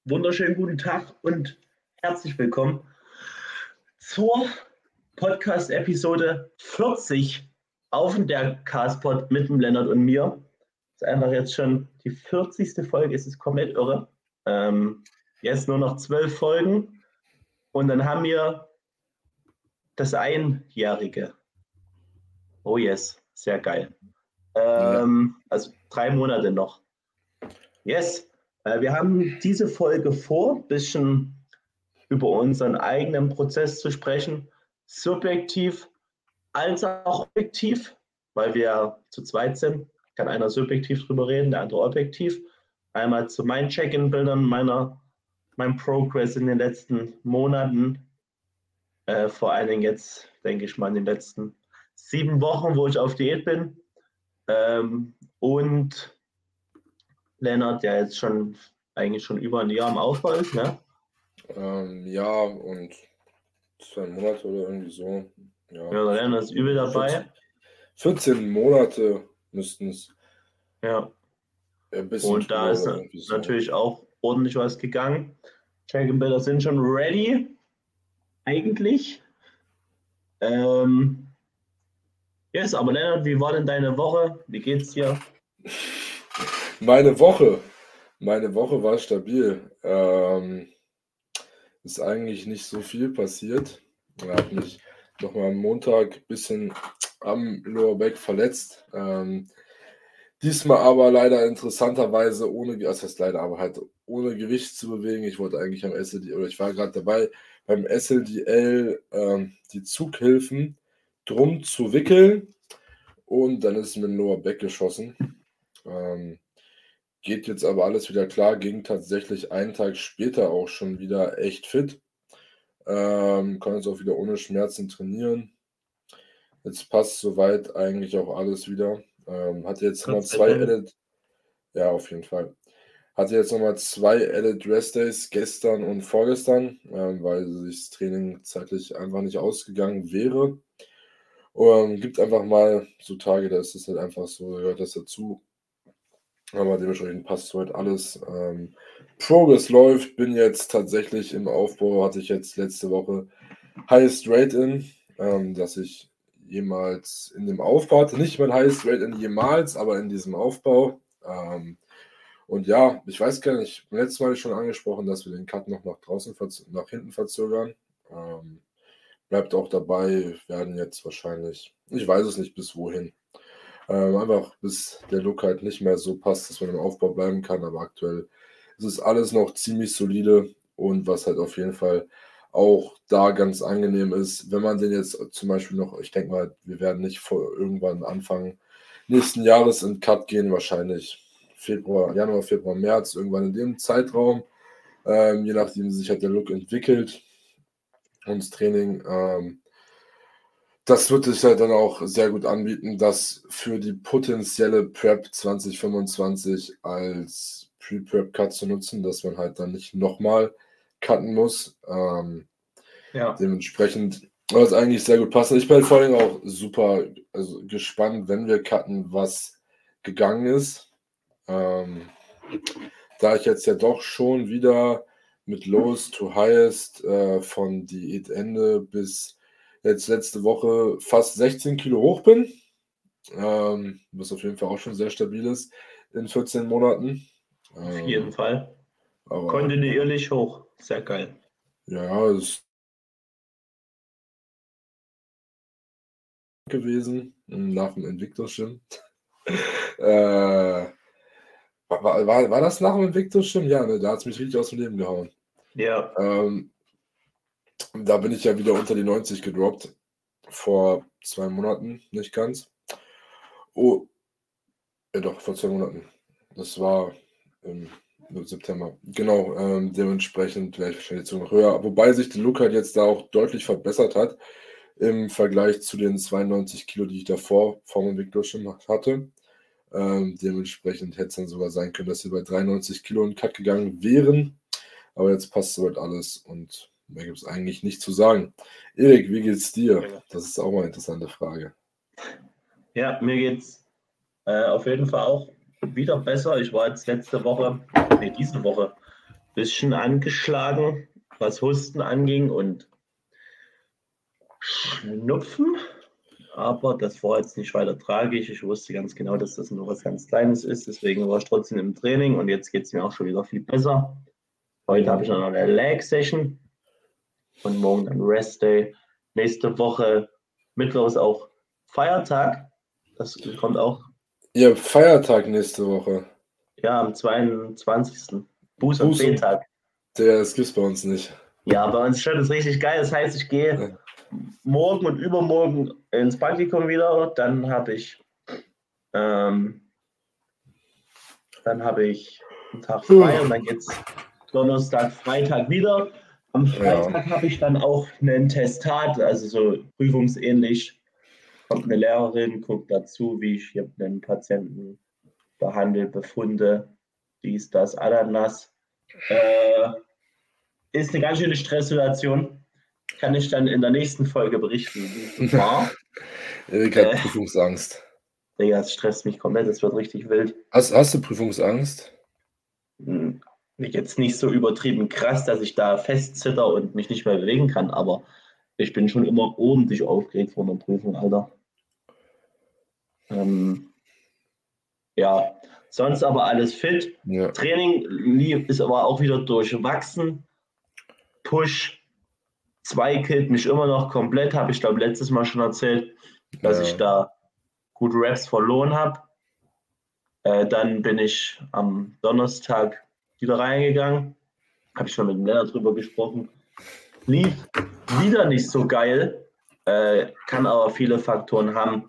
Wunderschönen guten Tag und herzlich willkommen zur Podcast-Episode 40 auf der Castpod mit dem Lennart und mir. Das ist einfach jetzt schon die 40. Folge, es ist komplett irre. Jetzt nur noch 12 Folgen und dann haben wir das Einjährige. Oh yes, sehr geil. Also 3 Monate noch. Yes, wir haben diese Folge vor, ein bisschen über unseren eigenen Prozess zu sprechen, subjektiv als auch objektiv, weil wir zu zweit sind, kann einer subjektiv drüber reden, der andere objektiv. Einmal zu meinen Check-in-Bildern, meinem Progress in den letzten Monaten, vor allen Dingen jetzt, denke ich mal, in den letzten 7 Wochen, wo ich auf Diät bin. Und Lennart, der jetzt eigentlich schon über ein Jahr im Aufbau ist, ne? Ja, und 2 Monate oder irgendwie so. Ja, der Lennart ist übel dabei. 14 Monate müssten es. Ja. Ein bisschen Und da ist natürlich auch ordentlich was gegangen. Check-in-Bilder sind schon ready, eigentlich. Yes, aber Lennart, wie war denn deine Woche? Wie geht's dir? Meine Woche war stabil. Ist eigentlich nicht so viel passiert. Ich habe mich nochmal am Montag ein bisschen am Lower Back verletzt. Diesmal aber leider interessanterweise ohne Gewicht zu bewegen. Ich wollte eigentlich am SLDL, oder ich war gerade dabei, beim SLDL die Zughilfen drum zu wickeln und dann ist mir ein Lower Back geschossen. Geht jetzt aber alles wieder klar, ging tatsächlich einen Tag später auch schon wieder echt fit. Kann jetzt auch wieder ohne Schmerzen trainieren. Jetzt passt soweit eigentlich auch alles wieder. Hatte jetzt nochmal 2 Added, ja, auf jeden Fall. Hatte jetzt nochmal 2 Added Rest Days gestern und vorgestern, weil sich das Training zeitlich einfach nicht ausgegangen wäre. Gibt einfach mal so Tage, da ist es halt einfach so, gehört das dazu. Aber dementsprechend passt soweit alles. Progress läuft, bin jetzt tatsächlich im Aufbau, hatte ich jetzt letzte Woche Highest Rate dass ich jemals in dem Aufbau hatte. Nicht mein Highest Rate jemals, aber in diesem Aufbau. Und ja, ich weiß gar nicht, letztes Mal schon angesprochen, dass wir den Cut noch nach hinten verzögern. Bleibt auch dabei, werden jetzt wahrscheinlich, ich weiß es nicht bis wohin. Einfach bis der Look halt nicht mehr so passt, dass man im Aufbau bleiben kann. Aber aktuell ist es alles noch ziemlich solide und was halt auf jeden Fall auch da ganz angenehm ist, wenn man den jetzt zum Beispiel noch, ich denke mal, wir werden nicht vor irgendwann Anfang nächsten Jahres in Cut gehen, wahrscheinlich Januar, Februar, März, irgendwann in dem Zeitraum, je nachdem, wie sich halt der Look entwickelt und das Training. Das wird sich halt dann auch sehr gut anbieten, das für die potenzielle Prep 2025 als Pre-Prep-Cut zu nutzen, dass man halt dann nicht nochmal cutten muss. Ja. Dementsprechend war es eigentlich sehr gut passend. Ich bin halt vor allem auch super gespannt, wenn wir cutten, was gegangen ist. Da ich jetzt ja doch schon wieder mit Lowest to Highest von Diätende bis jetzt letzte Woche fast 16 Kilo hoch bin, was auf jeden Fall auch schon sehr stabil ist in 14 Monaten. Auf jeden Fall. Aber kontinuierlich hoch. Sehr geil. Ja, es ist gewesen nach dem Invictus-Gym. War das nach dem Invictus-Gym? Ja, ne, da hat es mich richtig aus dem Leben gehauen. Ja. Da bin ich ja wieder unter die 90 gedroppt. Vor 2 Monaten, nicht ganz. Oh, ja doch, vor 2 Monaten. Das war im September. Genau, dementsprechend wäre ich wahrscheinlich jetzt noch höher. Wobei sich der Look halt jetzt da auch deutlich verbessert hat im Vergleich zu den 92 Kilo, die ich davor vom Invictus hatte. Dementsprechend hätte es dann sogar sein können, dass wir bei 93 Kilo in Cut gegangen wären. Aber jetzt passt soweit alles und mehr gibt es eigentlich nicht zu sagen. Erik, wie geht's dir? Das ist auch mal eine interessante Frage. Ja, mir geht's auf jeden Fall auch wieder besser. Ich war jetzt diese Woche bisschen angeschlagen, was Husten anging und Schnupfen. Aber das war jetzt nicht weiter tragisch. Ich wusste ganz genau, dass das nur was ganz Kleines ist. Deswegen war ich trotzdem im Training und jetzt geht es mir auch schon wieder viel besser. Heute habe ich noch eine Leg-Session und morgen ein Rest-Day. Nächste Woche Mittwoch ist auch Feiertag. Das kommt auch. Ihr habt Feiertag nächste Woche. Ja, am 22. Buß- und Buß- und Betag. Das gibt's bei uns nicht. Ja, bei uns schon, das ist richtig geil. Das heißt, ich gehe morgen und übermorgen ins Praktikum wieder. Dann habe ich einen Tag frei und dann geht es Donnerstag, Freitag wieder. Am Freitag habe ich dann auch ein Testat, also so prüfungsähnlich. Kommt eine Lehrerin, guckt dazu, wie ich hier einen Patienten behandle, Befunde, dies, das, Ananas. Ist eine ganz schöne Stresssituation. Kann ich dann in der nächsten Folge berichten, wie es war. Erik hat Prüfungsangst. Digga, das stresst mich komplett, das wird richtig wild. Hast du Prüfungsangst? Jetzt nicht so übertrieben krass, dass ich da festzitter und mich nicht mehr bewegen kann, aber ich bin schon immer ordentlich aufgeregt vor einer Prüfung, Alter. Ja, sonst aber alles fit. Ja. Training ist aber auch wieder durchwachsen. Push 2 killt mich immer noch komplett, habe ich glaube letztes Mal schon erzählt, dass ich da gut Reps verloren habe. Dann bin ich am Donnerstag wieder reingegangen, habe ich schon mit dem Lennart drüber gesprochen. Lief wieder nicht so geil, kann aber viele Faktoren haben,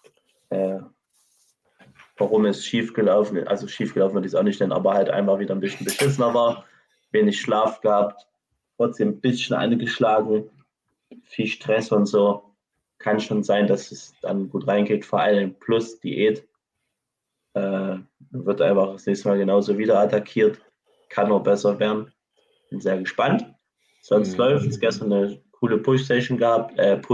warum es schiefgelaufen ist. Also schiefgelaufen würde ich es auch nicht nennen, aber halt einfach wieder ein bisschen beschissener war. Wenig Schlaf gehabt, trotzdem ein bisschen eingeschlagen, viel Stress und so. Kann schon sein, dass es dann gut reingeht, vor allem plus Diät. Wird einfach das nächste Mal genauso wieder attackiert. Kann nur besser werden. Bin sehr gespannt. Sonst läuft es. Gestern eine coole Pull-Session gehabt.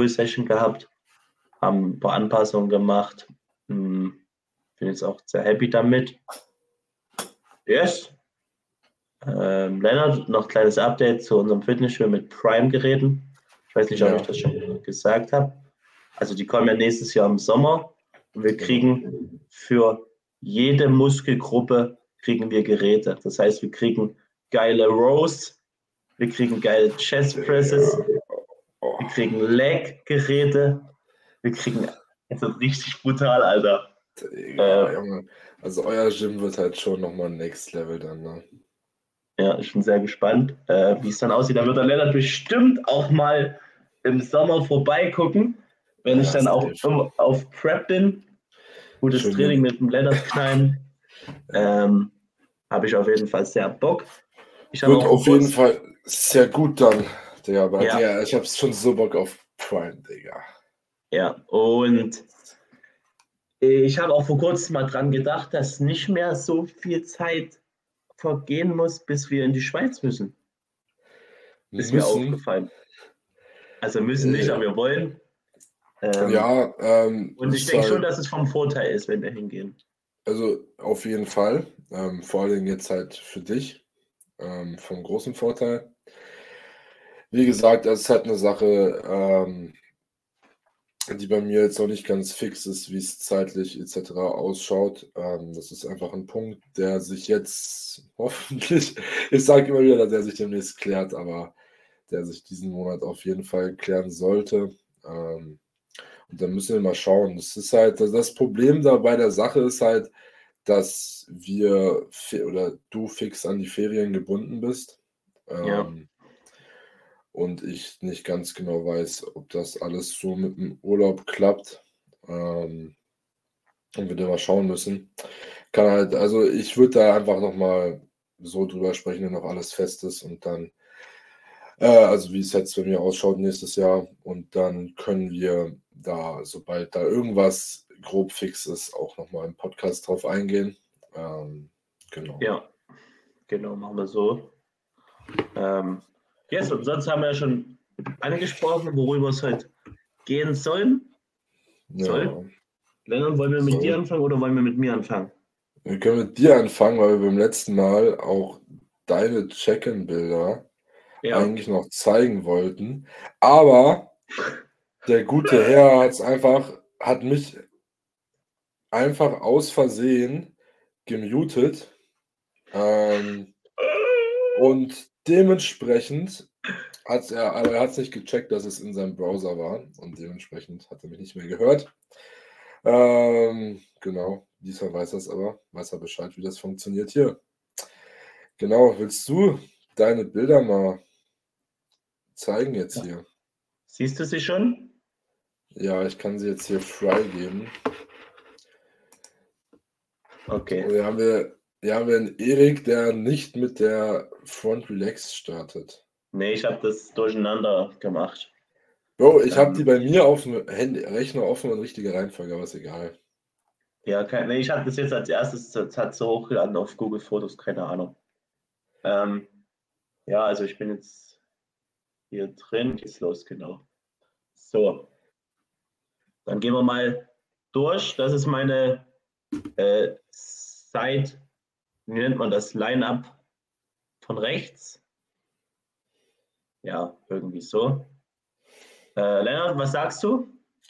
Haben ein paar Anpassungen gemacht. Bin jetzt auch sehr happy damit. Yes. Lennart, noch ein kleines Update zu unserem Fitnessstudio mit Prime-Geräten. Ich weiß nicht, ob ich das schon gesagt habe. Also die kommen ja nächstes Jahr im Sommer und wir kriegen für jede Muskelgruppe kriegen wir Geräte. Das heißt, wir kriegen geile Rows, wir kriegen geile Chest Presses, wir kriegen Leg-Geräte, wir kriegen, es ist richtig brutal, Alter. Junge, also euer Gym wird halt schon nochmal Next Level dann, ne? Ja, ich bin sehr gespannt, wie es dann aussieht. Da wird der Lennart bestimmt auch mal im Sommer vorbeigucken, wenn ich dann auch auf Prep bin. Gutes schön Training mit dem Lennart knallen. Habe ich auf jeden Fall sehr Bock. Wird auf jeden Fall sehr gut dann, Digga. Aber ja. Digga, ich habe schon so Bock auf Prime, Digga. Ja, und ich habe auch vor kurzem mal dran gedacht, dass nicht mehr so viel Zeit vergehen muss, bis wir in die Schweiz müssen. Ist mir aufgefallen. Also müssen nicht, aber wir wollen. Und ich denke schon, dass es vom Vorteil ist, wenn wir hingehen. Also auf jeden Fall. Vor allem jetzt halt für dich. Vom großen Vorteil. Wie gesagt, das ist halt eine Sache, die bei mir jetzt noch nicht ganz fix ist, wie es zeitlich etc. ausschaut. Das ist einfach ein Punkt, der sich jetzt hoffentlich, ich sage immer wieder, dass er sich demnächst klärt, aber der sich diesen Monat auf jeden Fall klären sollte. Und dann müssen wir mal schauen. Das ist halt, das Problem da bei der Sache ist halt, dass wir oder du fix an die Ferien gebunden bist. Und ich nicht ganz genau weiß, ob das alles so mit dem Urlaub klappt. Und wir da mal schauen müssen. Kann halt, also ich würde da einfach nochmal so drüber sprechen, wenn noch alles fest ist und dann, also wie es jetzt bei mir ausschaut nächstes Jahr. Und dann können wir da, sobald da irgendwas grob fix ist, auch nochmal im Podcast drauf eingehen. Genau. Ja, genau, machen wir so. Yes, und sonst haben wir ja schon angesprochen, worüber es heute gehen soll. Lennart, wollen wir mit dir anfangen oder wollen wir mit mir anfangen? Wir können mit dir anfangen, weil wir beim letzten Mal auch deine Check-in-Bilder Ja. eigentlich noch zeigen wollten, aber der gute Herr hat mich einfach aus Versehen gemutet. Und dementsprechend aber er hat es nicht gecheckt, dass es in seinem Browser war und dementsprechend hat er mich nicht mehr gehört. Genau, diesmal weiß er Bescheid, wie das funktioniert hier. Genau, willst du deine Bilder mal zeigen jetzt hier? Siehst du sie schon? Ja, ich kann sie jetzt hier freigeben. Okay. Und hier haben wir einen Erik, der nicht mit der Front Relax startet. Nee, ich habe das durcheinander gemacht. Bro, ich habe die bei mir auf dem Rechner offen und richtige Reihenfolge, aber ist egal. Ja, nee, ich habe das jetzt als erstes hat so hochgeladen auf Google Fotos, keine Ahnung. Ja, also ich bin jetzt hier drin, geht's los, genau. So, dann gehen wir mal durch. Das ist meine Site, wie nennt man das? Line-up von rechts. Ja, irgendwie so. Lennart, was sagst du?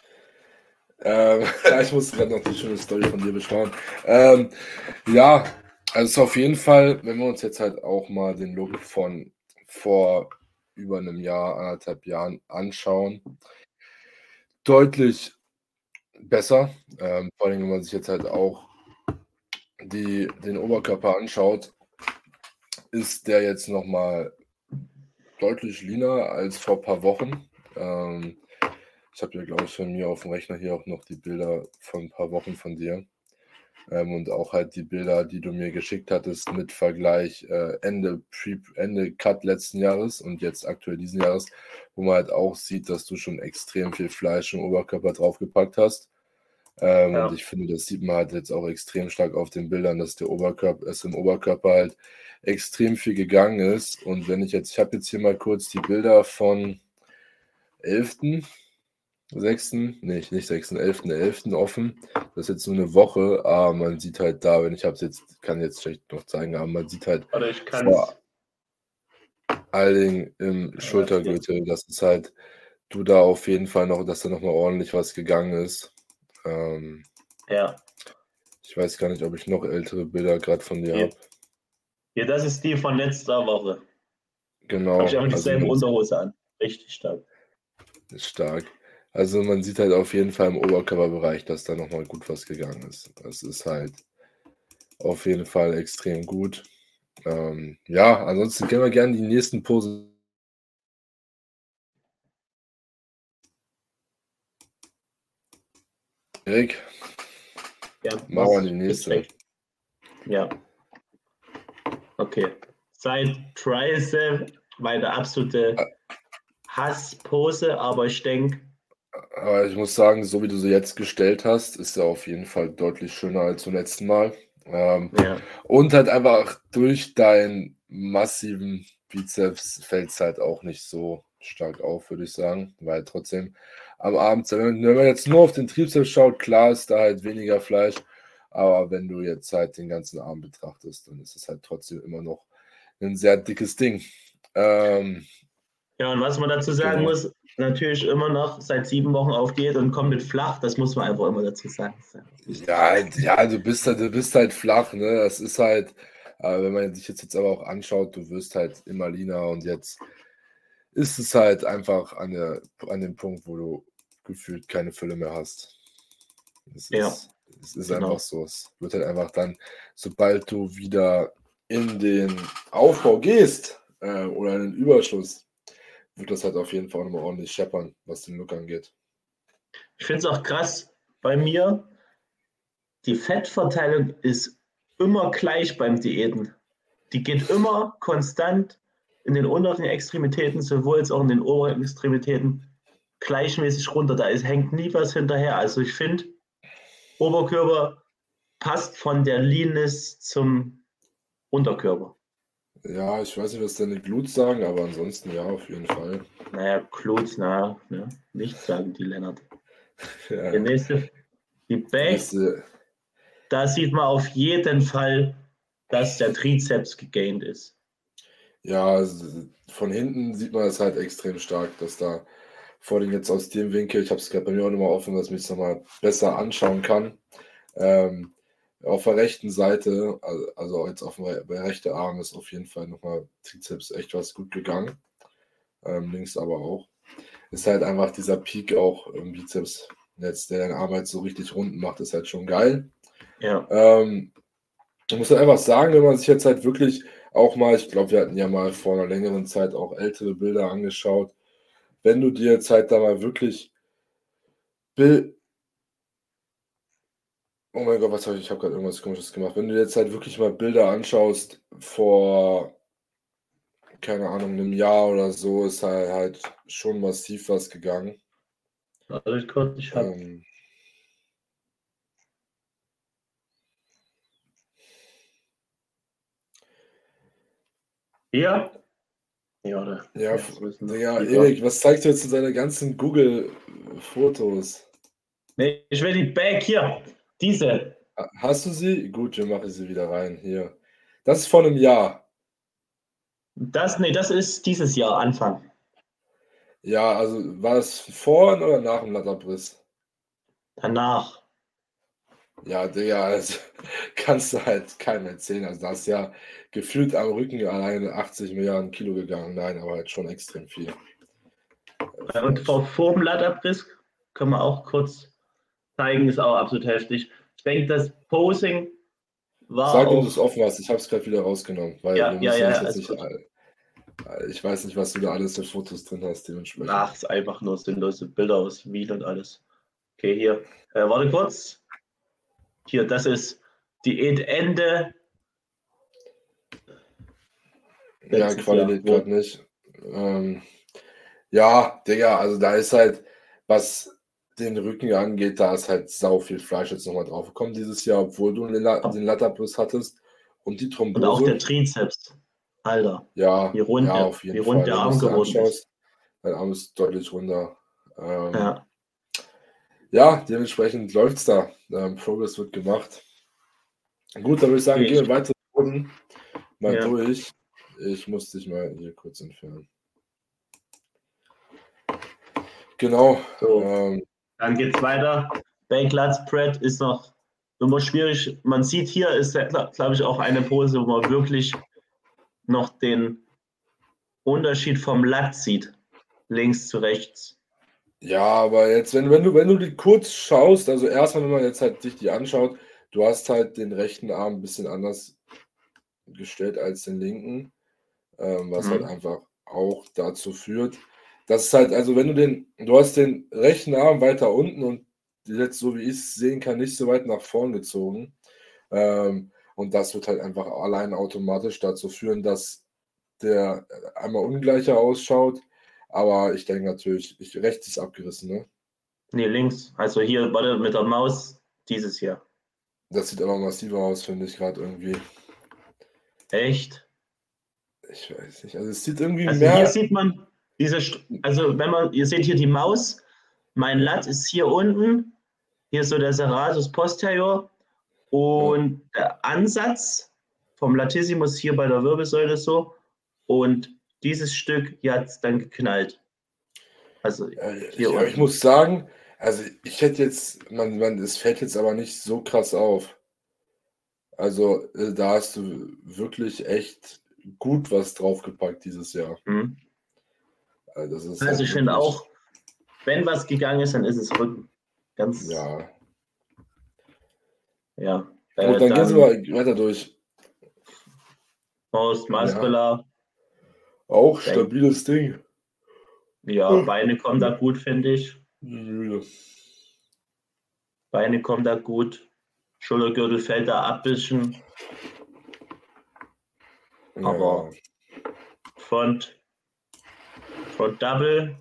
Ja, ich muss gerade noch die schöne Story von dir beschauen. Ja, also es ist auf jeden Fall, wenn wir uns jetzt halt auch mal den Look von vor über einem Jahr, 1,5 Jahren anschauen, deutlich besser. Vor allem, wenn man sich jetzt halt auch den Oberkörper anschaut, ist der jetzt nochmal deutlich leaner als vor ein paar Wochen. Ich habe ja, glaube ich, von mir auf dem Rechner hier auch noch die Bilder von ein paar Wochen von dir. Und auch halt die Bilder, die du mir geschickt hattest mit Vergleich Ende Cut letzten Jahres und jetzt aktuell diesen Jahres, wo man halt auch sieht, dass du schon extrem viel Fleisch im Oberkörper draufgepackt hast. Ja. Und ich finde, das sieht man halt jetzt auch extrem stark auf den Bildern, dass im Oberkörper halt extrem viel gegangen ist. Und ich habe jetzt hier mal kurz die Bilder von 11.6., nicht 11.11. offen. Das ist jetzt nur eine Woche, aber man sieht halt da, kann jetzt schlecht noch zeigen, aber man sieht halt Oder ich kann vor es. allen Dingen im Schultergürtel, dass es halt du da auf jeden Fall noch, dass da nochmal ordentlich was gegangen ist. Ja. Ich weiß gar nicht, ob ich noch ältere Bilder gerade von dir Hier. habe. Hier, das ist die von letzter Woche. Genau. Habe ich auch Also dieselbe Unterhose an. Richtig stark. stark. Also man sieht halt auf jeden Fall im Oberkörperbereich, dass da nochmal gut was gegangen ist. Das ist halt auf jeden Fall extrem gut. Ja, ansonsten können wir gerne die nächsten Posen. Erik, Ja, machen wir die bist nächste. weg. Ja. Okay. Seit Tricep meine absolute Hasspose, aber ich denke, Aber ich muss sagen, so wie du sie jetzt gestellt hast, ist er auf jeden Fall deutlich schöner als zum letzten Mal. ja. Und halt einfach durch deinen massiven Bizeps fällt es halt auch nicht so stark auf, würde ich sagen. Weil trotzdem am Abend, wenn man jetzt nur auf den Trizeps schaut, klar ist da halt weniger Fleisch. Aber wenn du jetzt halt den ganzen Arm betrachtest, dann ist es halt trotzdem immer noch ein sehr dickes Ding. Ja, und was man dazu sagen Genau. muss, natürlich immer noch seit 7 Wochen auf Diät und komplett flach, das muss man einfach immer dazu sagen. Ja, du bist halt flach, ne? Das ist halt, wenn man sich jetzt aber auch anschaut, du wirst halt immer leaner und jetzt ist es halt einfach an dem Punkt, wo du gefühlt keine Fülle mehr hast. Es ist Genau. einfach so. Es wird halt einfach dann, sobald du wieder in den Aufbau gehst oder in den Überschuss, wird das halt auf jeden Fall nochmal ordentlich scheppern, was den Look angeht. Ich finde es auch krass bei mir, die Fettverteilung ist immer gleich beim Diäten. Die geht immer konstant in den unteren Extremitäten, sowohl als auch in den oberen Extremitäten, gleichmäßig runter. Hängt nie was hinterher. Also ich finde, Oberkörper passt von der Leanness zum Unterkörper. Ja, ich weiß nicht, was deine Glutes sagen, aber ansonsten ja, auf jeden Fall. Naja, Glutes, ne? Nichts sagen die Lennart. Ja. Der nächste, die Back, Nächste, da sieht man auf jeden Fall, dass der Trizeps gegaint ist. Ja, von hinten sieht man es halt extrem stark, dass da vor allem jetzt aus dem Winkel, ich habe es gerade bei mir auch nochmal offen, dass ich es nochmal besser anschauen kann. Auf der rechten Seite, also jetzt auf dem rechten Arm ist auf jeden Fall nochmal Trizeps echt was gut gegangen. Links aber auch. Ist halt einfach dieser Peak auch im Bizeps, jetzt, der deine Arbeit so richtig rund macht, ist halt schon geil. Ja. Ich muss halt einfach sagen, wenn man sich jetzt halt wirklich auch mal, ich glaube, wir hatten ja mal vor einer längeren Zeit auch ältere Bilder angeschaut, wenn du dir jetzt halt da mal wirklich oh mein Gott, was habe ich habe gerade irgendwas Komisches gemacht. Wenn du jetzt halt wirklich mal Bilder anschaust vor, keine Ahnung, einem Jahr oder so, ist halt schon massiv was gegangen. Warte kurz, ich habe. Ähm, Hier? Ja, oder? ja, Jetzt müssen noch Digga, tiefer. Erik, was zeigst du jetzt in deine ganzen Google-Fotos? Nee, ich will die Bag hier. Diese. Hast du sie? Gut, wir machen sie wieder rein. Hier. Das ist von einem Jahr. Das ist dieses Jahr Anfang. Ja, also war es vor oder nach dem Latterbriss? Danach. Ja, Digga, also kannst du halt keinem erzählen. Also da ist ja gefühlt am Rücken alleine 80 Milliarden Kilo gegangen. Nein, aber halt schon extrem viel. Und vor dem Latterbriss können wir auch kurz zeigen, ist auch absolut heftig. Ich denke, das Posing war Sag, wenn du es auch. offen hast. Ich habe es gerade wieder rausgenommen, weil wir Ja, müssen uns jetzt alles nicht. gut. Ich weiß nicht, was du da alles für Fotos drin hast, dementsprechend. Ach, ist einfach nur sinnlose Bilder aus Wien und alles. Okay, hier. Warte kurz. Hier, das ist Diätende. Ja, Letztes Jahr. Qualität gerade nicht. Ja, Digga, also da ist halt, was den Rücken angeht, da ist halt sau viel Fleisch jetzt nochmal drauf gekommen dieses Jahr, obwohl du den Latterbrust hattest und die Und auch der Thrombose. Trizeps. Alter, Ja, ja, auf wie jeden rund Fall. der Wenn du Arm es dir geworden ist. anschaust, dein Arm ist deutlich runter. Ja. Ja, dementsprechend läuft es da. Progress wird gemacht. Gut, dann würde ich sagen, Okay, gehen wir weiter unten mal ja. durch. Ich muss dich mal hier kurz entfernen. Genau. So, dann geht's weiter. Backlot Spread ist noch immer schwierig. Man sieht hier ist, glaube ich, auch eine Pose, wo man wirklich noch den Unterschied vom Lat sieht. Links zu rechts. Ja, aber jetzt, wenn du die kurz schaust, also erstmal, wenn man jetzt halt sich die anschaut, du hast halt den rechten Arm ein bisschen anders gestellt als den linken, was halt einfach auch dazu führt, dass es halt, also wenn du hast den rechten Arm weiter unten und jetzt, so wie ich es sehen kann, nicht so weit nach vorn gezogen. Und das wird halt einfach allein automatisch dazu führen, dass der einmal ungleicher ausschaut. Aber ich denke natürlich, rechts ist abgerissen, ne? Nee, links. Also hier, warte, mit der Maus dieses hier. Das sieht aber massiver aus, finde ich gerade irgendwie. Echt? Ich weiß nicht. Also es sieht irgendwie Also hier mehr. sieht man also wenn man, ihr seht hier die Maus, mein Lat ist hier unten, hier ist so der Serratus posterior Ja, und der Ansatz vom Latissimus hier bei der Wirbelsäule so und dieses Stück hier hat es dann geknallt. Also hier ich unten. muss sagen, also ich hätte jetzt, es fällt jetzt aber nicht so krass auf. Also da hast du wirklich echt gut was draufgepackt dieses Jahr. Hm. Also das ist Also halt ich finde wirklich, auch, wenn was gegangen ist, dann ist es Rücken. Ganz, ja. ja. Gut, dann gehen Sie Dann mal weiter durch. Post Ja, Muscular. auch Denk, stabiles Ding. ja, Beine kommen da gut, finde ich. Müde. Beine kommen da gut. Schultergürtel fällt da ab ein bisschen. Ja, Aber Front Double.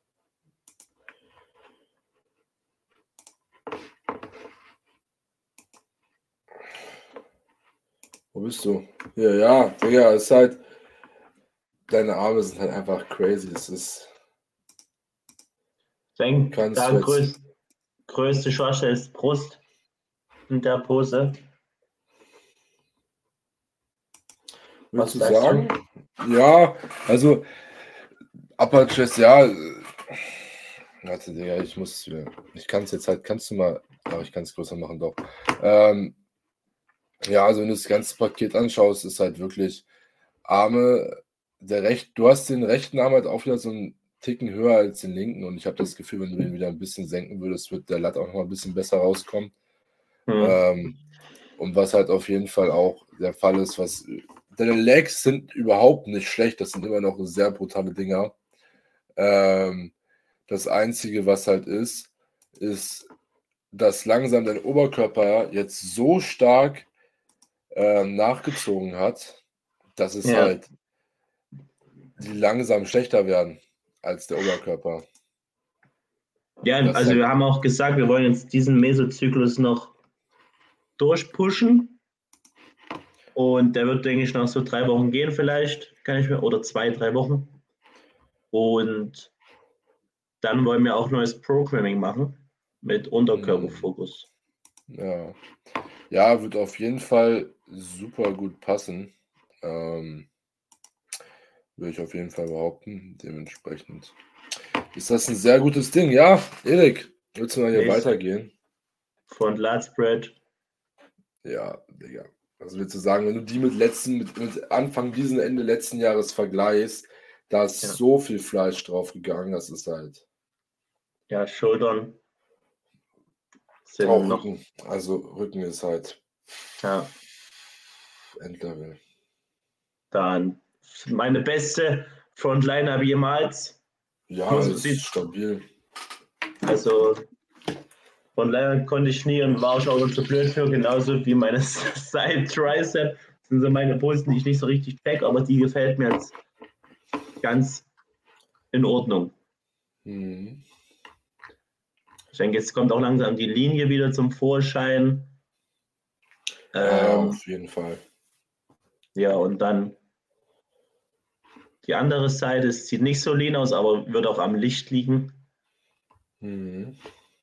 wo bist du? Hier, ja, Digga, es ist halt, deine Arme sind halt einfach crazy. Es ist, Denk, kannst da du jetzt, größte Schwachstelle ist Brust in der Pose. Willst du Was sagst sagen? Ja, also Upper Chest, ja. Warte, Digga, ich kann es jetzt halt, kannst du mal, aber ich kann es größer machen, doch. Ja, also wenn du das ganze Paket anschaust, ist halt wirklich Arme, du hast den rechten Arm halt auch wieder so einen Ticken höher als den linken und ich habe das Gefühl, wenn du den wieder ein bisschen senken würdest, wird der Lat auch noch mal ein bisschen besser rauskommen. Und was halt auf jeden Fall auch der Fall ist, deine Legs sind überhaupt nicht schlecht, das sind immer noch sehr brutale Dinger. Das Einzige, was halt ist, dass langsam dein Oberkörper jetzt so stark nachgezogen hat, dass es Ja. halt die langsam schlechter werden als der Oberkörper. Ja, Das also halt, wir haben auch gesagt, wir wollen jetzt diesen Mesozyklus noch durchpushen. Und der wird, denke ich, nach so 3 Wochen gehen vielleicht, oder 2, 3 Wochen. Und dann wollen wir auch neues Programming machen mit Unterkörperfokus. ja. Ja, wird auf jeden Fall super gut passen. Würde ich auf jeden Fall behaupten. Dementsprechend ist das ein sehr gutes Ding. Ja, Erik, willst du mal hier weitergehen? Front Lat Spread. Ja, Digga. Also willst du sagen, wenn du die mit Anfang diesen Ende letzten Jahres vergleichst, da ist so viel Fleisch drauf gegangen, das ist halt. Ja, Schultern sind Auch noch. Rücken. Also Rücken ist halt Ja. Endlevel. Dann meine beste Frontline jemals. Ja, ist stabil. Also Frontline konnte ich nie und war ich auch schon zu blöd für, genauso wie meine Side Tricep. Das sind so meine Posen, die ich nicht so richtig check, aber die gefällt mir jetzt ganz in Ordnung. Ich denke, jetzt kommt auch langsam die Linie wieder zum Vorschein. Auf jeden Fall. Ja, und dann die andere Seite, es sieht nicht so lean aus, aber wird auch am Licht liegen. Und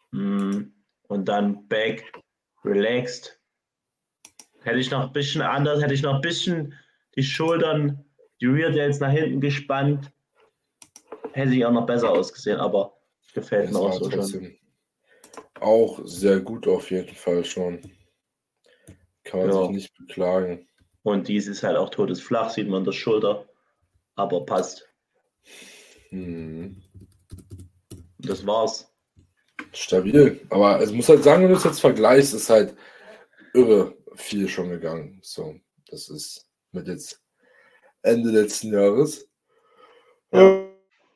dann Back, relaxed. Hätte ich noch ein bisschen anders, hätte ich noch ein bisschen die Schultern, die Rear Delts nach hinten gespannt, hätte ich auch noch besser ausgesehen, aber gefällt mir auch so schon. Auch sehr gut auf jeden Fall schon. Kann man sich nicht beklagen. Und dies ist halt auch todesflach, sieht man an der Schulter, aber passt. Das war's. Stabil. Aber es muss halt sagen, wenn du es jetzt vergleichst, ist halt irre viel schon gegangen. So, das ist mit jetzt Ende letzten Jahres. Ja.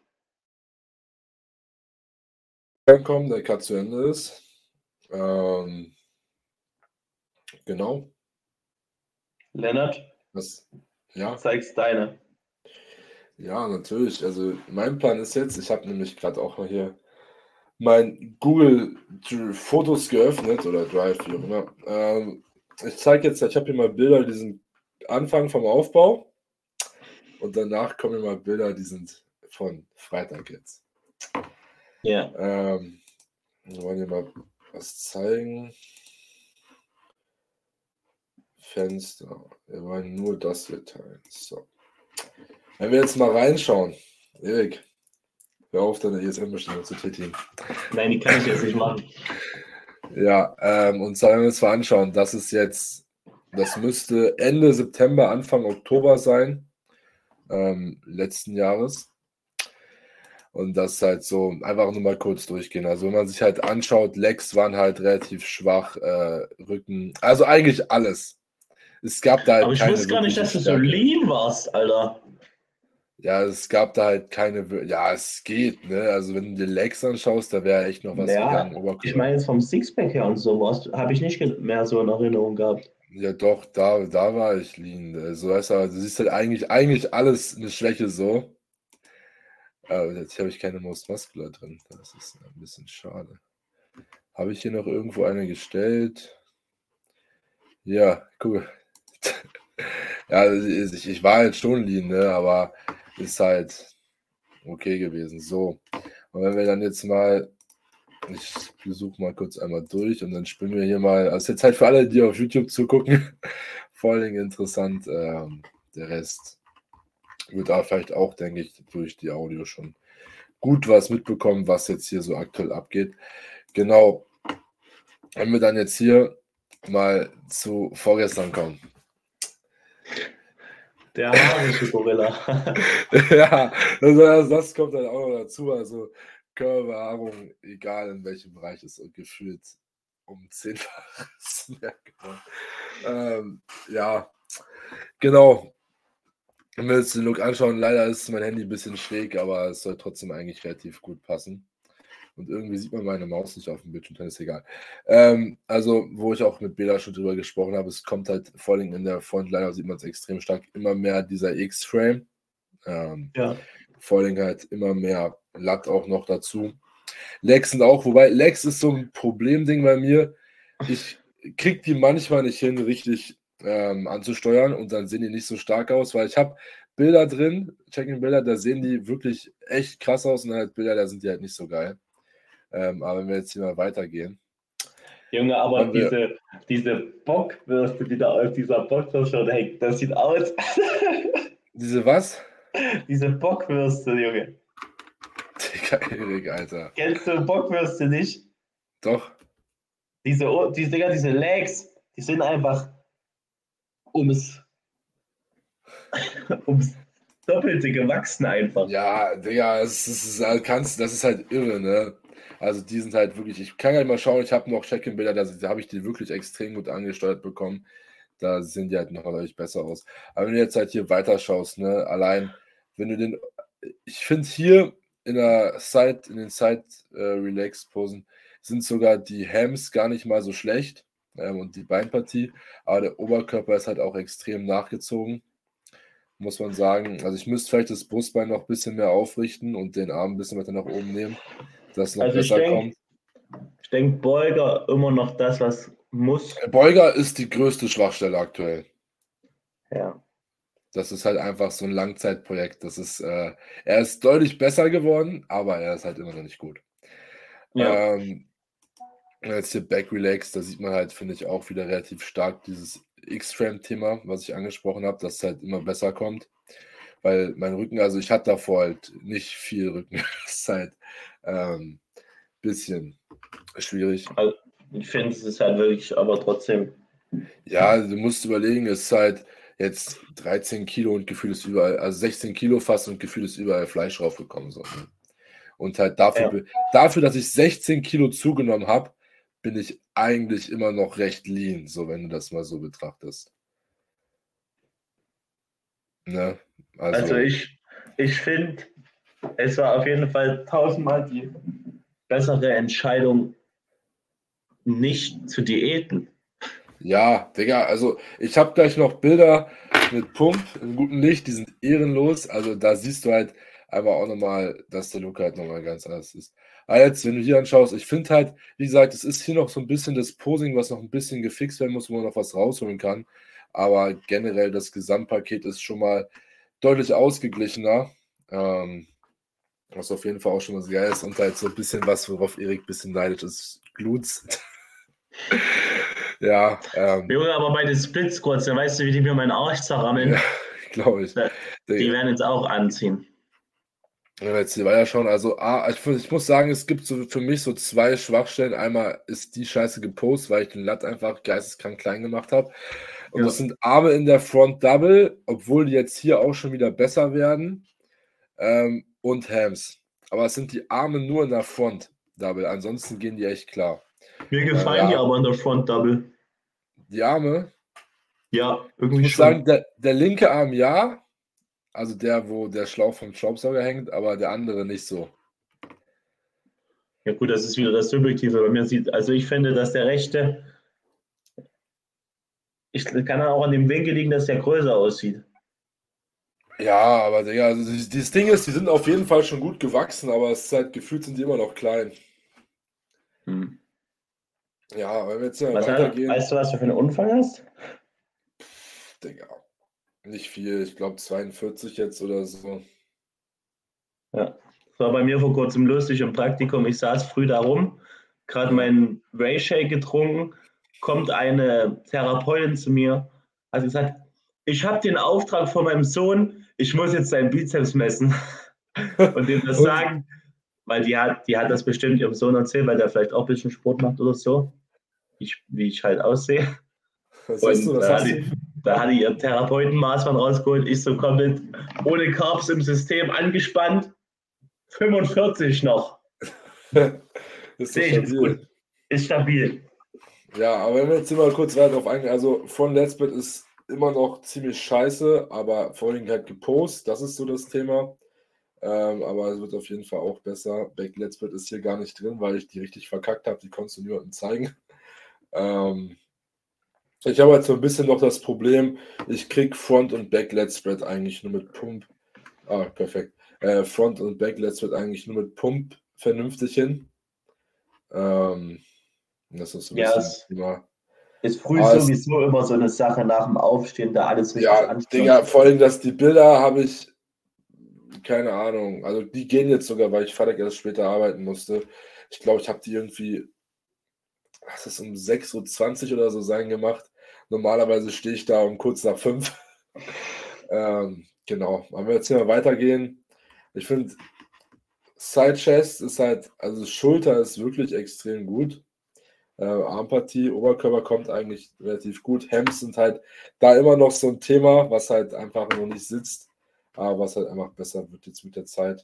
Kommen, der Cut zu Ende ist. Genau. Lennart, ja. zeigst deine. Ja, natürlich. Also mein Plan ist jetzt, ich habe nämlich gerade auch mal hier mein Google Fotos geöffnet oder Drive, wie auch immer. Ich zeige jetzt, ich habe hier mal Bilder, die sind Anfang vom Aufbau und danach kommen hier mal Bilder, die sind von Freitag jetzt. Ja. Wir wollen hier mal was zeigen. Fenster. Wir wollen nur das hier teilen. So. Wenn wir jetzt mal reinschauen, Erik, hör auf, deine ESM-Bestimmung zu tätigen. Nein, die kann ich jetzt nicht machen. Ja, und zwar, wenn wir uns mal anschauen, das müsste Ende September, Anfang Oktober sein, letzten Jahres. Und das halt so, einfach nur mal kurz durchgehen. Also wenn man sich halt anschaut, Legs waren halt relativ schwach, Rücken, also eigentlich alles. Es gab da halt aber ich keine wusste gar nicht, dass du so lean warst, Alter. Ja, es gab da halt keine, ja, es geht, ne? Also wenn du dir Legs anschaust, da wäre echt noch was gegangen. Ich meine jetzt vom Sixpack her und sowas, habe ich nicht mehr so in Erinnerung gehabt. Ja, doch, da war ich lean. Also, du siehst halt eigentlich alles eine Schwäche so. Aber jetzt habe ich keine Most Muscular drin. Das ist ein bisschen schade. Habe ich hier noch irgendwo eine gestellt? Ja, cool. Ja, also ich war halt schon lean, ne? Aber ist halt okay gewesen. So. Und wenn wir dann jetzt mal, ich besuche mal kurz einmal durch und dann spielen wir hier mal, also jetzt halt für alle, die auf YouTube zugucken, vor allen Dingen interessant, Der Rest wird da vielleicht auch, denke ich, durch die Audio schon gut was mitbekommen, was jetzt hier so aktuell abgeht. Genau. Wenn wir dann jetzt hier mal zu vorgestern kommen. Der haarische Gorilla. Ja, das kommt dann auch noch dazu. Also Körperbehaarung, egal in welchem Bereich, ist gefühlt um 10-faches mehr geworden. Ja, genau. Wenn wir jetzt den Look anschauen, leider ist mein Handy ein bisschen schräg, aber es soll trotzdem eigentlich relativ gut passen. Und irgendwie sieht man meine Maus nicht auf dem Bildschirm, dann ist egal. Also, wo ich auch mit Bela schon drüber gesprochen habe, es kommt halt vor allem in der Front, leider sieht man es extrem stark, immer mehr dieser X-Frame. Ja. Vor allem halt immer mehr Latt auch noch dazu. Legs sind auch, wobei Legs ist so ein Problemding bei mir. Ich kriege die manchmal nicht hin, richtig anzusteuern und dann sehen die nicht so stark aus, weil ich habe Bilder drin, Checking-Bilder, da sehen die wirklich echt krass aus und dann halt Bilder, da sind die halt nicht so geil. Aber wenn wir jetzt hier mal weitergehen. Junge, aber diese Bockwürste, die da auf dieser Bockwurst hängt, das sieht aus. Diese was? Diese Bockwürste, Junge. Digga, Erik, Alter. Kennst du Bockwürste nicht? Doch. Diese Legs, die sind einfach ums Doppelte gewachsen einfach. Ja, Digga, das ist halt irre, ne? Also die sind halt wirklich, ich kann halt mal schauen, ich habe noch Check-in-Bilder, da habe ich die wirklich extrem gut angesteuert bekommen. Da sehen die halt noch deutlich besser aus. Aber wenn du jetzt halt hier weiter schaust, ne, allein, wenn du ich finde hier in den Side-Relax-Posen sind sogar die Hams gar nicht mal so schlecht und die Beinpartie, aber der Oberkörper ist halt auch extrem nachgezogen, muss man sagen. Also ich müsste vielleicht das Brustbein noch ein bisschen mehr aufrichten und den Arm ein bisschen weiter nach oben nehmen, dass es noch Also besser kommt. Ich denke, Beuger immer noch das, was muss. Beuger ist die größte Schwachstelle aktuell. Ja. Das ist halt einfach so ein Langzeitprojekt. Er ist deutlich besser geworden, aber er ist halt immer noch nicht gut. Ja. Jetzt hier Back Relax, da sieht man halt, finde ich, auch wieder relativ stark dieses X-Frame-Thema, was ich angesprochen habe, dass es halt immer besser kommt. Weil mein Rücken, also ich hatte davor halt nicht viel Rücken. Das ist halt bisschen schwierig. Also ich finde, es ist halt wirklich, aber trotzdem. Ja, du musst überlegen, es ist halt jetzt 13 Kilo und Gefühl ist überall, also 16 Kilo fast und Gefühl ist überall Fleisch raufgekommen. So. Und halt dafür, dass ich 16 Kilo zugenommen habe, bin ich eigentlich immer noch recht lean, so wenn du das mal so betrachtest. Ne? Also ich finde, es war auf jeden Fall 1000-mal die bessere Entscheidung, nicht zu diäten. Ja, Digga, also ich habe gleich noch Bilder mit Pump im guten Licht, die sind ehrenlos. Also da siehst du halt einfach auch nochmal, dass der Look halt nochmal ganz anders ist. Aber jetzt, wenn du hier anschaust, ich finde halt, wie gesagt, es ist hier noch so ein bisschen das Posing, was noch ein bisschen gefixt werden muss, wo man noch was rausholen kann. Aber generell das Gesamtpaket ist schon mal deutlich ausgeglichener. Was auf jeden Fall auch schon mal sehr geil ist und halt so ein bisschen was, worauf Erik ein bisschen neidisch ist, Glutes. Ja. Junge, aber bei den Split Squats, da weißt du, wie die mir meinen Arsch zerrammeln. Ja, glaube ich. Die werden jetzt auch anziehen. Wenn wir jetzt hier weiter schauen, also ich muss sagen, es gibt so für mich so zwei Schwachstellen. Einmal ist die Scheiße gepostet, weil ich den Latt einfach geisteskrank klein gemacht habe. Und das sind Arme in der Front Double, obwohl die jetzt hier auch schon wieder besser werden. Und Hams. Aber es sind die Arme nur in der Front Double. Ansonsten gehen die echt klar. Mir gefallen die aber in der Front Double. Die Arme? Ja, irgendwie ich muss schon. sagen, der linke Arm ja. Also der, wo der Schlauch vom Staubsauger hängt, aber der andere nicht so. Ja gut, das ist wieder das Subjektive. Bei mir also ich finde, dass der rechte, kann auch an dem Winkel liegen, dass der größer aussieht. Ja, aber Digga, also das Ding ist, die sind auf jeden Fall schon gut gewachsen, aber es ist halt gefühlt sind die immer noch klein. Ja, wenn wir jetzt ja weitergehen. Weißt du, was du für einen Umfang hast? Digga, nicht viel. Ich glaube 42 jetzt oder so. Ja, das war bei mir vor kurzem lustig im Praktikum. Ich saß früh da rum, gerade meinen Whey-Shake getrunken, kommt eine Therapeutin zu mir, hat gesagt, ich habe den Auftrag von meinem Sohn, ich muss jetzt seinen Bizeps messen und dem das Und sagen, weil die hat das bestimmt ihrem Sohn erzählt, weil der vielleicht auch ein bisschen Sport macht oder so, wie ich halt aussehe. was hast du, Und was hast du? da hatte ihr Therapeutenmaßband rausgeholt, ich so komplett ohne Carbs im System angespannt, 45 noch. Ist doch Sehe ich, ist gut, stabil. ist stabil. Ja, aber wenn wir jetzt hier mal kurz weiter drauf eingehen, also von Let's Bet ist immer noch ziemlich scheiße, aber vorhin halt gepostet, das ist so das Thema. Aber es wird auf jeden Fall auch besser. Back Let's Bet ist hier gar nicht drin, weil ich die richtig verkackt habe, die konntest du niemandem zeigen. Ähm, Ich habe halt so ein bisschen noch das Problem, ich krieg Front und Back Let's Spread eigentlich nur mit Pump. Ah, perfekt. Front und Back Let's Spread eigentlich nur mit Pump vernünftig hin. Das ist so ein Ja, bisschen es Thema. ist früh Aber es, sowieso immer so eine Sache nach dem Aufstehen, da alles richtig ja, anzufangen. Digga, vor allem, dass die Bilder habe ich, keine Ahnung. Also die gehen jetzt sogar, weil ich Freitag erst später arbeiten musste. Ich glaube, ich habe die irgendwie, was ist um 6:20 Uhr oder so sein gemacht. Normalerweise stehe ich da um kurz nach 5. Genau. Wenn wir jetzt hier mal weitergehen. Ich finde, Side Chest ist halt, also Schulter ist wirklich extrem gut. Armpartie, Oberkörper kommt eigentlich relativ gut. Hams sind halt da immer noch so ein Thema, was halt einfach noch nicht sitzt, aber was halt einfach besser wird jetzt mit der Zeit.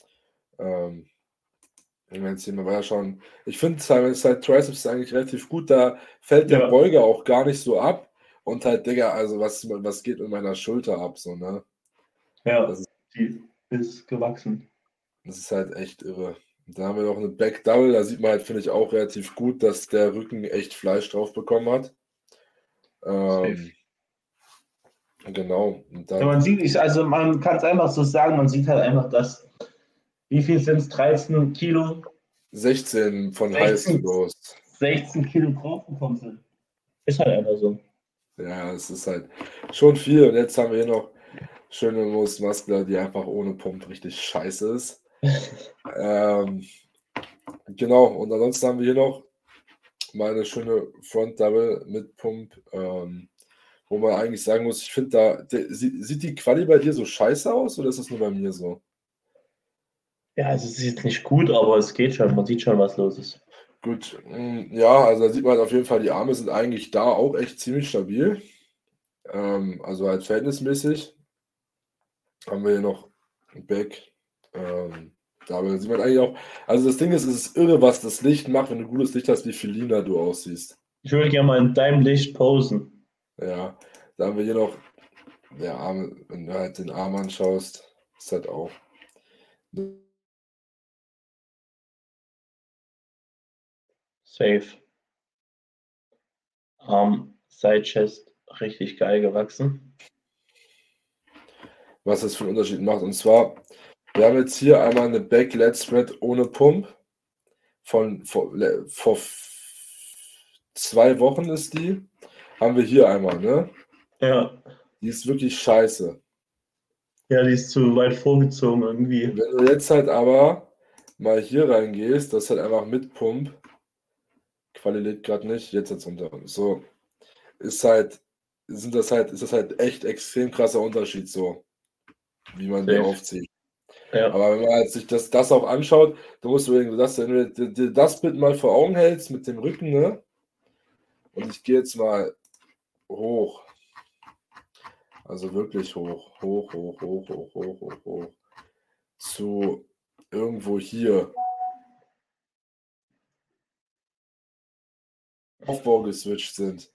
Wenn wir jetzt hier mal weiter schauen. Ich finde Side Triceps ist eigentlich relativ gut. Da fällt der Ja, Beuger auch gar nicht so ab. Und halt, Digga, also was geht mit meiner Schulter ab, so, ne? ja, Das ist, die ist gewachsen. das ist halt echt irre. Da haben wir noch eine Back Double, da sieht man halt, finde ich, auch relativ gut, dass der Rücken echt Fleisch drauf bekommen hat. Safe. Ähm, genau. Und Ja, dann man sieht, also man kann es einfach so sagen, man sieht halt einfach, dass, wie viel sind es, 13 Kilo, 16 von Highs to 16, Lows. 16 Kilo draufgekommen sind. Ist halt einfach so. Ja, es ist halt schon viel. Und jetzt haben wir hier noch schöne Most Muscular, die einfach ohne Pump richtig scheiße ist. Genau, und ansonsten haben wir hier noch meine schöne Front Double mit Pump, wo man eigentlich sagen muss, ich finde sieht die Quali bei dir so scheiße aus oder ist das nur bei mir so? Ja, also es ist jetzt nicht gut, aber es geht schon. Man sieht schon, was los ist. Gut, ja, also da sieht man auf jeden Fall, die Arme sind eigentlich da auch echt ziemlich stabil. Also halt verhältnismäßig. Haben wir hier noch Back. Da sieht man eigentlich auch, also das Ding ist, es ist irre, was das Licht macht, wenn du gutes Licht hast, wie viel leaner du aussiehst. Ich würde gerne mal in deinem Licht posen. Ja, da haben wir hier noch der Arm, wenn du halt den Arm anschaust, ist halt auch. Safe. Side Chest richtig geil gewachsen. Was das für einen Unterschied macht. Und zwar, wir haben jetzt hier einmal eine Back Lat Spread ohne Pump. Vor 2 Wochen ist die. Haben wir hier einmal, ne? Ja, Die ist wirklich scheiße. ja, die ist zu weit vorgezogen irgendwie. Wenn du jetzt halt aber mal hier reingehst, das ist halt einfach mit Pump. Qualität gerade nicht, jetzt runter. So, ist das halt echt extrem krasser Unterschied, so, wie man die Safe. aufzieht. Ja, Aber wenn man halt sich das auch anschaut, du musst wenn du dir das Bild mal vor Augen hältst mit dem Rücken, ne? Und ich gehe jetzt mal hoch. Also wirklich hoch. Hoch, hoch, hoch, hoch, hoch, hoch, hoch. Zu irgendwo hier. Aufbau geswitcht sind.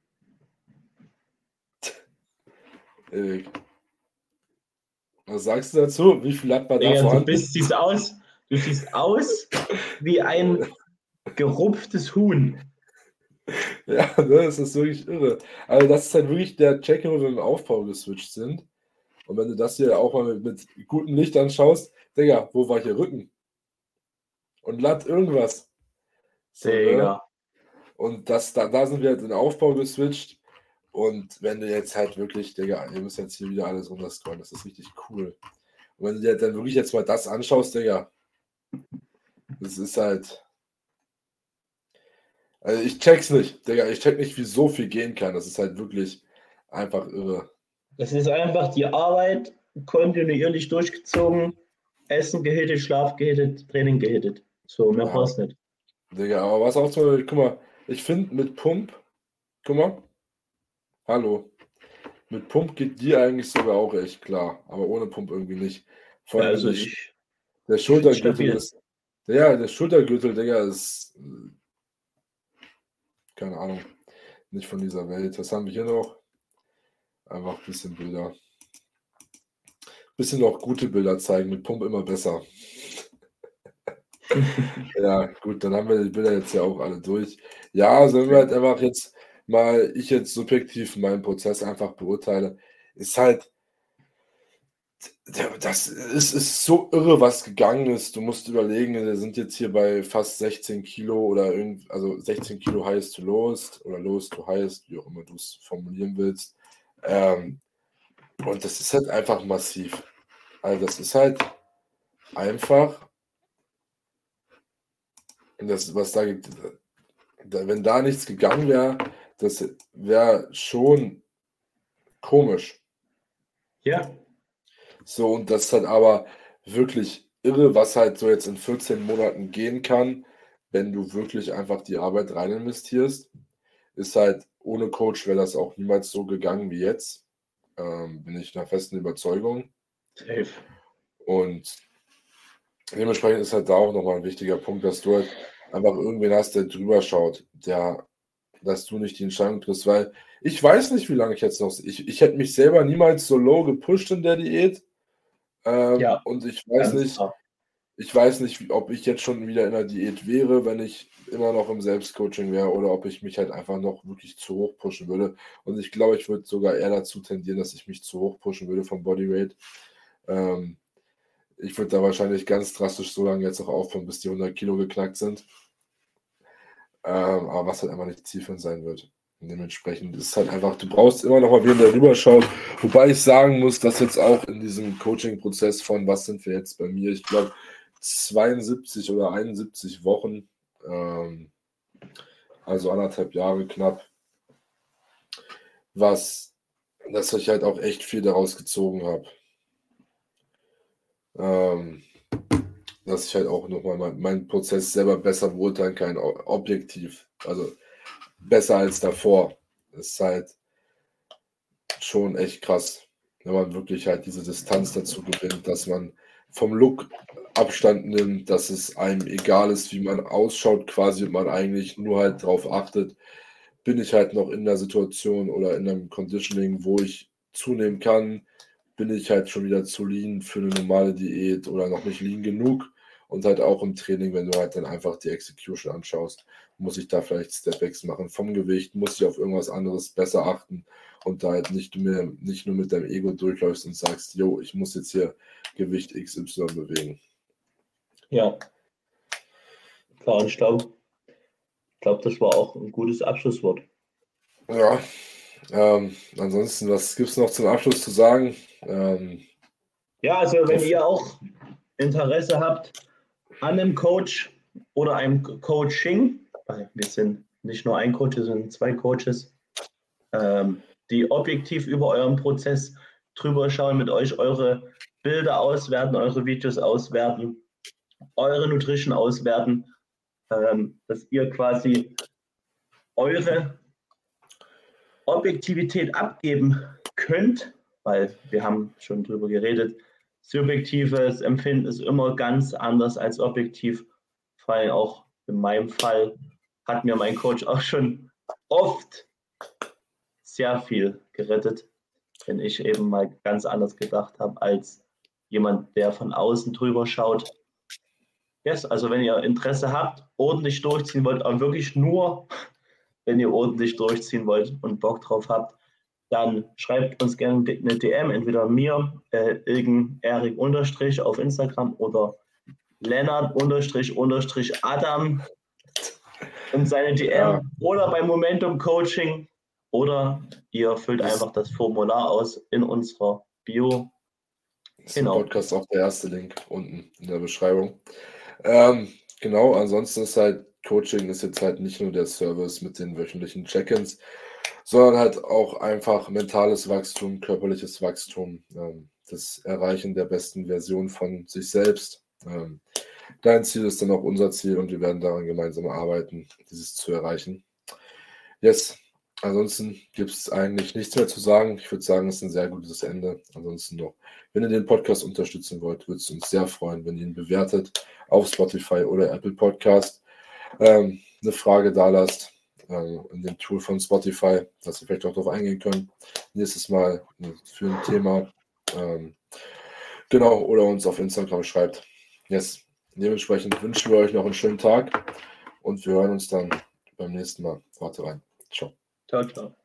Erik, was sagst du dazu? Wie viel hat man da Digga, vorhanden? du siehst aus wie ein gerupftes Huhn. Ja, ne, das ist wirklich irre. Also das ist halt wirklich der Check, wenn wir im Aufbau geswitcht sind. Und wenn du das hier auch mal mit gutem Licht anschaust, Digga, wo war hier Rücken? Und Latt irgendwas. So, ne? Digga. Und da sind wir halt in den Aufbau geswitcht. Und wenn du jetzt halt wirklich, Digga, ihr müsst jetzt hier wieder alles runterscrollen, das ist richtig cool. Und wenn du dir dann wirklich jetzt mal das anschaust, Digga, das ist halt. Also ich check's nicht, Digga, ich check nicht, wie so viel gehen kann. Das ist halt wirklich einfach irre. Das ist einfach die Arbeit kontinuierlich durchgezogen. Essen gehittet, Schlaf gehittet, Training gehittet. So, mehr Ja, brauchst du nicht. Digga, aber was auch so, guck mal, ich finde mit Pump, guck mal, hallo, mit Pump geht dir eigentlich sogar auch echt klar, aber ohne Pump irgendwie nicht. Vor Ja, allem also der, der ich finde es Schultergürtel stabil. ist, ja, der Schultergürtel, Digga, ist, keine Ahnung, nicht von dieser Welt. Was haben wir hier noch? Einfach ein bisschen Bilder. Bisschen noch gute Bilder zeigen, mit Pump immer besser. Ja, gut, dann haben wir die Bilder jetzt ja auch alle durch. Ja, also wenn wir halt einfach jetzt mal, ich jetzt subjektiv meinen Prozess einfach beurteile, ist halt, das ist so irre, was gegangen ist. Du musst überlegen, wir sind jetzt hier bei fast 16 Kilo oder also 16 Kilo highest to lowest oder lowest to highest, wie auch immer du es formulieren willst. Und das ist halt einfach massiv. Also das ist halt einfach, das, was da, wenn da nichts gegangen wäre, das wäre schon komisch. Ja, So, und das ist halt aber wirklich irre, was halt so jetzt in 14 Monaten gehen kann, wenn du wirklich einfach die Arbeit rein investierst. Ist halt, ohne Coach wäre das auch niemals so gegangen wie jetzt. Bin ich einer festen Überzeugung. safe. Und dementsprechend ist halt da auch nochmal ein wichtiger Punkt, dass du halt einfach irgendwen hast, der drüber schaut, dass du nicht die Entscheidung triffst, weil ich weiß nicht, wie lange ich jetzt noch. Ich hätte mich selber niemals so low gepusht in der Diät. Ja, Und ganz klar. ich weiß nicht, ob ich jetzt schon wieder in der Diät wäre, wenn ich immer noch im Selbstcoaching wäre oder ob ich mich halt einfach noch wirklich zu hoch pushen würde. Und ich glaube, ich würde sogar eher dazu tendieren, dass ich mich zu hoch pushen würde vom Bodyweight. Ähm, Ich würde da wahrscheinlich ganz drastisch so lange jetzt noch aufbauen, bis die 100 Kilo geknackt sind. Aber was halt einfach nicht zielführend sein wird. Und dementsprechend ist es halt einfach, du brauchst immer noch mal wen, der rüber schaut. Wobei ich sagen muss, dass jetzt auch in diesem Coaching-Prozess von, was sind wir jetzt bei mir? Ich glaube, 72 oder 71 Wochen, also 1,5 Jahre knapp, dass ich halt auch echt viel daraus gezogen habe. Dass ich halt auch nochmal meinen Prozess selber besser beurteilen kann, objektiv. Also besser als davor. Das ist halt schon echt krass, wenn man wirklich halt diese Distanz dazu gewinnt, dass man vom Look Abstand nimmt, dass es einem egal ist, wie man ausschaut, quasi, und man eigentlich nur halt darauf achtet, bin ich halt noch in der Situation oder in einem Conditioning, wo ich zunehmen kann, bin ich halt schon wieder zu lean für eine normale Diät oder noch nicht lean genug, und halt auch im Training, wenn du halt dann einfach die Execution anschaust, muss ich da vielleicht Stepbacks machen vom Gewicht, muss ich auf irgendwas anderes besser achten und da halt nicht nur mit deinem Ego durchläufst und sagst, yo, ich muss jetzt hier Gewicht XY bewegen. Ja, klar. Und ich glaube, das war auch ein gutes Abschlusswort. Ja, ansonsten, was gibt es noch zum Abschluss zu sagen? Ja, also wenn ihr auch Interesse habt an einem Coach oder einem Coaching, weil wir sind nicht nur ein Coach, wir sind zwei Coaches, die objektiv über euren Prozess drüber schauen, mit euch eure Bilder auswerten, eure Videos auswerten, eure Nutrition auswerten, dass ihr quasi eure Objektivität abgeben könnt, weil wir haben schon drüber geredet, subjektives Empfinden ist immer ganz anders als objektiv. Vor allem auch in meinem Fall hat mir mein Coach auch schon oft sehr viel gerettet, wenn ich eben mal ganz anders gedacht habe als jemand, der von außen drüber schaut. Yes, also wenn ihr Interesse habt, ordentlich durchziehen wollt, aber wirklich nur, wenn ihr ordentlich durchziehen wollt und Bock drauf habt, dann schreibt uns gerne eine DM, entweder mir, Erik unterstrich auf Instagram oder Lennart unterstrich Adam in seine Ja, DM oder bei Momentum Coaching oder ihr füllt das einfach das Formular aus in unserer Bio. ist im Genau. Podcast auch der erste Link unten in der Beschreibung. Ansonsten ist halt Coaching ist jetzt halt nicht nur der Service mit den wöchentlichen Check-ins, sondern halt auch einfach mentales Wachstum, körperliches Wachstum, das Erreichen der besten Version von sich selbst. Dein Ziel ist dann auch unser Ziel und wir werden daran gemeinsam arbeiten, dieses zu erreichen. Yes, ansonsten gibt es eigentlich nichts mehr zu sagen. Ich würde sagen, es ist ein sehr gutes Ende. Ansonsten noch, wenn ihr den Podcast unterstützen wollt, würde es uns sehr freuen, wenn ihr ihn bewertet auf Spotify oder Apple Podcast. Eine Frage da lasst in dem Tool von Spotify, dass ihr vielleicht auch darauf eingehen könnt. Nächstes Mal für ein Thema. Genau, oder uns auf Instagram schreibt. Yes. Dementsprechend wünschen wir euch noch einen schönen Tag und wir hören uns dann beim nächsten Mal. Haut rein. Ciao. Ciao, ciao.